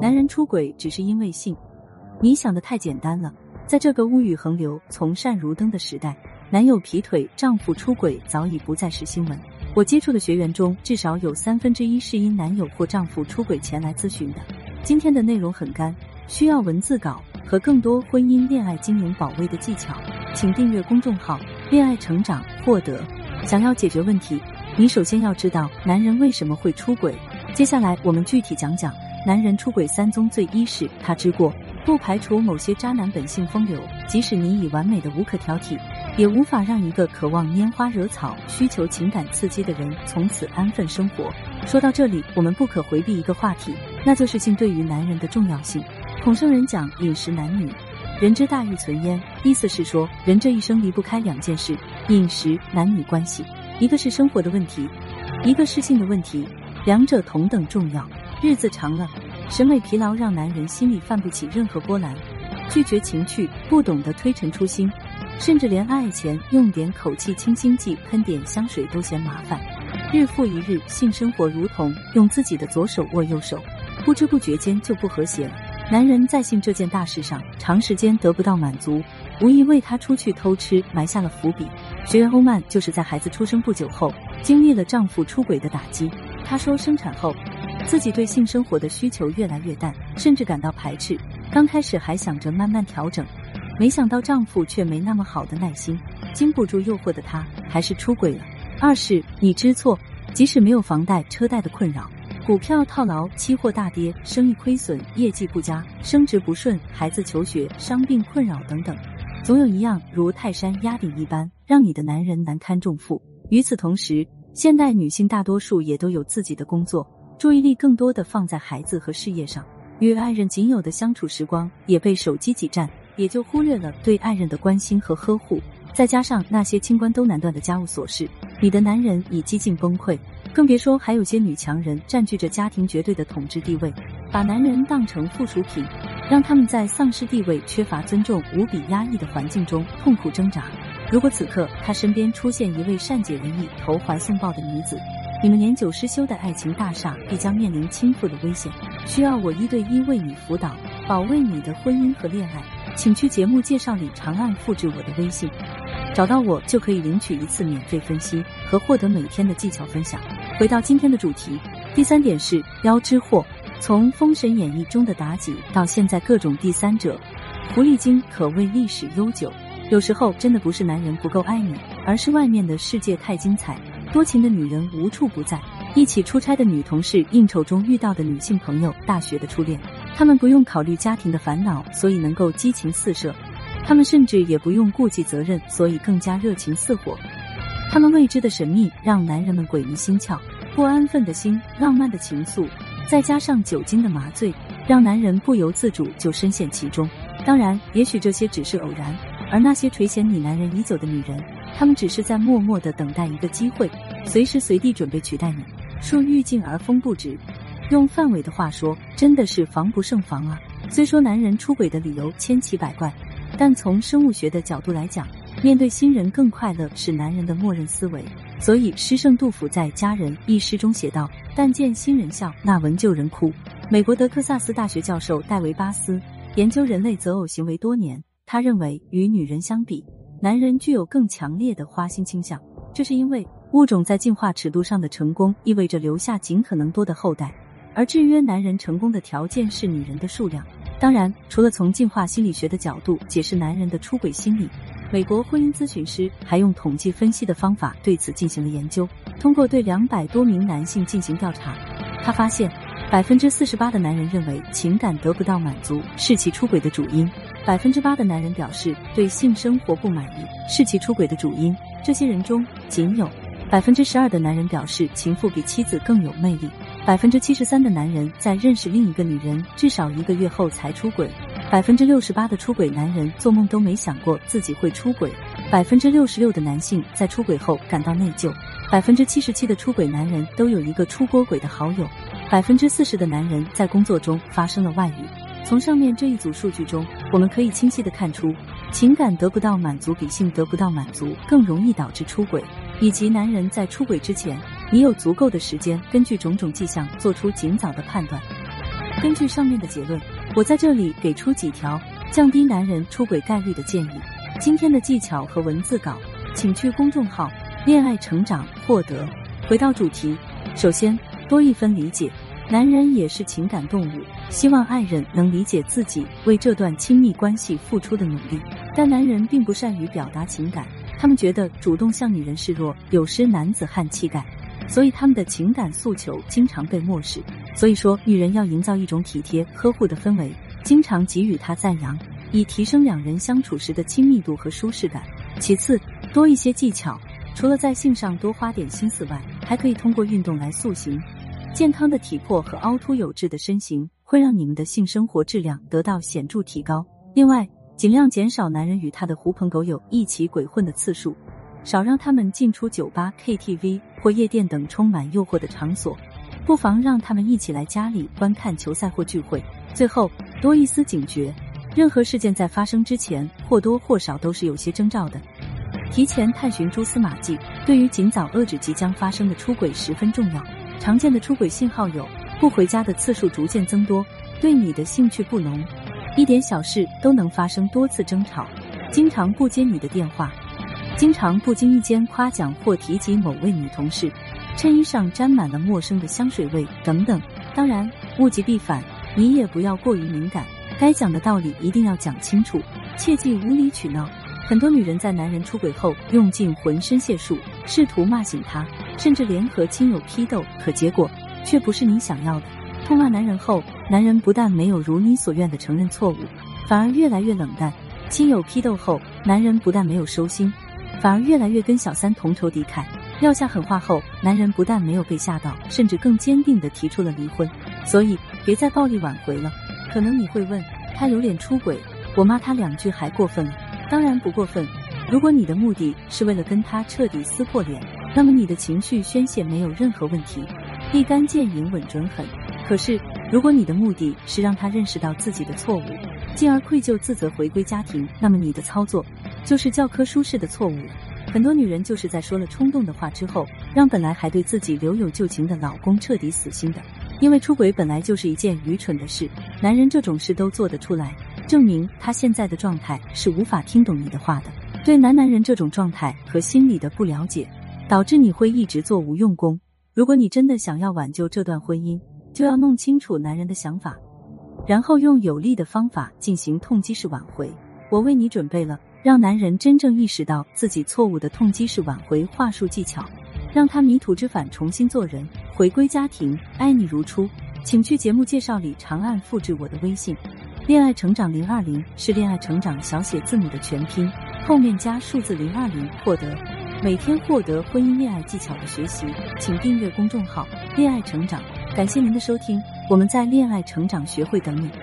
男人出轨只是因为性，你想的太简单了。在这个物欲横流、从善如登的时代，男友劈腿、丈夫出轨早已不再是新闻。我接触的学员中，至少有1/3是因男友或丈夫出轨前来咨询的。今天的内容很干，需要文字稿和更多婚姻恋爱经营宝贵的技巧，请订阅公众号恋爱成长获得。想要解决问题，你首先要知道男人为什么会出轨。接下来我们具体讲讲男人出轨3宗罪。一是他知过，不排除某些渣男本性风流，即使你已完美的无可挑剔，也无法让一个渴望拈花惹草、需求情感刺激的人从此安分生活。说到这里，我们不可回避一个话题，那就是性对于男人的重要性。孔圣人讲饮食男女，人之大欲存焉，意思是说人这一生离不开2件事，饮食、男女关系。一个是生活的问题，一个是性的问题，两者同等重要。日子长了，审美疲劳让男人心里泛不起任何波澜，拒绝情趣，不懂得推陈出新，甚至连爱前用点口气清新剂、喷点香水都嫌麻烦。日复一日，性生活如同用自己的左手握右手，不知不觉间就不和谐了。男人在性这件大事上长时间得不到满足，无疑为他出去偷吃埋下了伏笔。学员欧曼就是在孩子出生不久后经历了丈夫出轨的打击。她说生产后自己对性生活的需求越来越淡，甚至感到排斥。刚开始还想着慢慢调整，没想到丈夫却没那么好的耐心，经不住诱惑的他还是出轨了。二是你知错，即使没有房贷车贷的困扰，股票套牢、期货大跌、生意亏损、业绩不佳、升职不顺、孩子求学、伤病困扰等等，总有一样如泰山压顶一般，让你的男人难堪重负。与此同时，现代女性大多数也都有自己的工作，注意力更多的放在孩子和事业上，与爱人仅有的相处时光也被手机挤占，也就忽略了对爱人的关心和呵护。再加上那些清官都难断的家务琐事，你的男人已几近崩溃。更别说还有些女强人占据着家庭绝对的统治地位，把男人当成附属品，让他们在丧失地位、缺乏尊重、无比压抑的环境中痛苦挣扎。如果此刻他身边出现一位善解人意、投怀送抱的女子，你们年久失修的爱情大厦必将面临倾覆的危险。需要我1对1为你辅导，保卫你的婚姻和恋爱，请去节目介绍里长按复制我的微信，找到我就可以领取1次免费分析和获得每天的技巧分享。回到今天的主题，第3点是妖之祸。从《封神演义》中的妲己到现在各种第三者，狐狸精可谓历史悠久。有时候真的不是男人不够爱你，而是外面的世界太精彩，多情的女人无处不在。一起出差的女同事应酬中遇到的女性朋友，大学的初恋，她们不用考虑家庭的烦恼，所以能够激情四射，她们甚至也不用顾忌责任，所以更加热情似火。她们未知的神秘让男人们鬼迷心窍，不安分的心，浪漫的情愫，再加上酒精的麻醉，让男人不由自主就深陷其中。当然，也许这些只是偶然，而那些垂涎你男人已久的女人，她们只是在默默地等待一个机会，随时随地准备取代你。树欲静而风不止，用范伟的话说，真的是防不胜防啊。虽说男人出轨的理由千奇百怪，但从生物学的角度来讲，面对新人更快乐是男人的默认思维。所以诗圣杜甫在《佳人》一诗中写道，但见新人笑，那闻旧人哭。美国德克萨斯大学教授戴维巴斯研究人类择偶行为多年，他认为与女人相比，男人具有更强烈的花心倾向。这是因为物种在进化尺度上的成功意味着留下尽可能多的后代，而制约男人成功的条件是女人的数量。当然，除了从进化心理学的角度解释男人的出轨心理，美国婚姻咨询师还用统计分析的方法对此进行了研究。通过对200多名男性进行调查，他发现48%的男人认为情感得不到满足是其出轨的主因，8%的男人表示对性生活不满意是其出轨的主因。这些人中仅有12%的男人表示情妇比妻子更有魅力，73%的男人在认识另一个女人至少1个月后才出轨，68%的出轨男人做梦都没想过自己会出轨，66%的男性在出轨后感到内疚，77%的出轨男人都有一个出过轨的好友，40%的男人在工作中发生了外遇。从上面这一组数据中，我们可以清晰地看出，情感得不到满足比性得不到满足更容易导致出轨，以及男人在出轨之前，你有足够的时间根据种种迹象做出尽早的判断。 根据上面的结论，我在这里给出几条降低男人出轨概率的建议。今天的技巧和文字稿请去公众号恋爱成长获得。回到主题，首先多一分理解，男人也是情感动物，希望爱人能理解自己为这段亲密关系付出的努力。但男人并不善于表达情感，他们觉得主动向女人示弱有失男子汉气概，所以他们的情感诉求经常被漠视。所以说，女人要营造一种体贴呵护的氛围，经常给予他赞扬，以提升两人相处时的亲密度和舒适感。其次，多一些技巧，除了在性上多花点心思外，还可以通过运动来塑形。健康的体魄和凹凸有致的身形会让你们的性生活质量得到显著提高。另外，尽量减少男人与他的狐朋狗友一起鬼混的次数，少让他们进出酒吧、KTV 或夜店等充满诱惑的场所，不妨让他们一起来家里观看球赛或聚会。最后，多一丝警觉，任何事件在发生之前或多或少都是有些征兆的，提前探寻蛛丝马迹，对于尽早遏制即将发生的出轨十分重要。常见的出轨信号有：不回家的次数逐渐增多，对你的兴趣不浓，一点小事都能发生多次争吵，经常不接你的电话，经常不经意间夸奖或提及某位女同事，衬衣上沾满了陌生的香水味等等。当然，物极必反，你也不要过于敏感，该讲的道理一定要讲清楚，切忌无理取闹。很多女人在男人出轨后用尽浑身解数，试图骂醒他，甚至联合亲友批斗，可结果却不是你想要的。痛骂男人后，男人不但没有如你所愿的承认错误，反而越来越冷淡；亲友批斗后，男人不但没有收心，反而越来越跟小三同仇敌忾。撂下狠话后，男人不但没有被吓到，甚至更坚定地提出了离婚。所以别再暴力挽回了。可能你会问，他有脸出轨，我骂他2句还过分了？当然不过分。如果你的目的是为了跟他彻底撕破脸，那么你的情绪宣泄没有任何问题，立竿见影，稳准狠。可是如果你的目的是让他认识到自己的错误，进而愧疚自责回归家庭，那么你的操作就是教科书式的错误了。很多女人就是在说了冲动的话之后，让本来还对自己留有旧情的老公彻底死心的。因为出轨本来就是一件愚蠢的事，男人这种事都做得出来，证明他现在的状态是无法听懂你的话的。对男人这种状态和心理的不了解，导致你会一直做无用功。如果你真的想要挽救这段婚姻，就要弄清楚男人的想法，然后用有力的方法进行痛击式挽回。我为你准备了让男人真正意识到自己错误的痛击式挽回话术技巧，让他迷途知返，重新做人，回归家庭，爱你如初。请去节目介绍里长按复制我的微信，恋爱成长020是恋爱成长小写字母的全拼，后面加数字020，获得每天获得婚姻恋爱技巧的学习。请订阅公众号恋爱成长。感谢您的收听，我们在恋爱成长学会等你。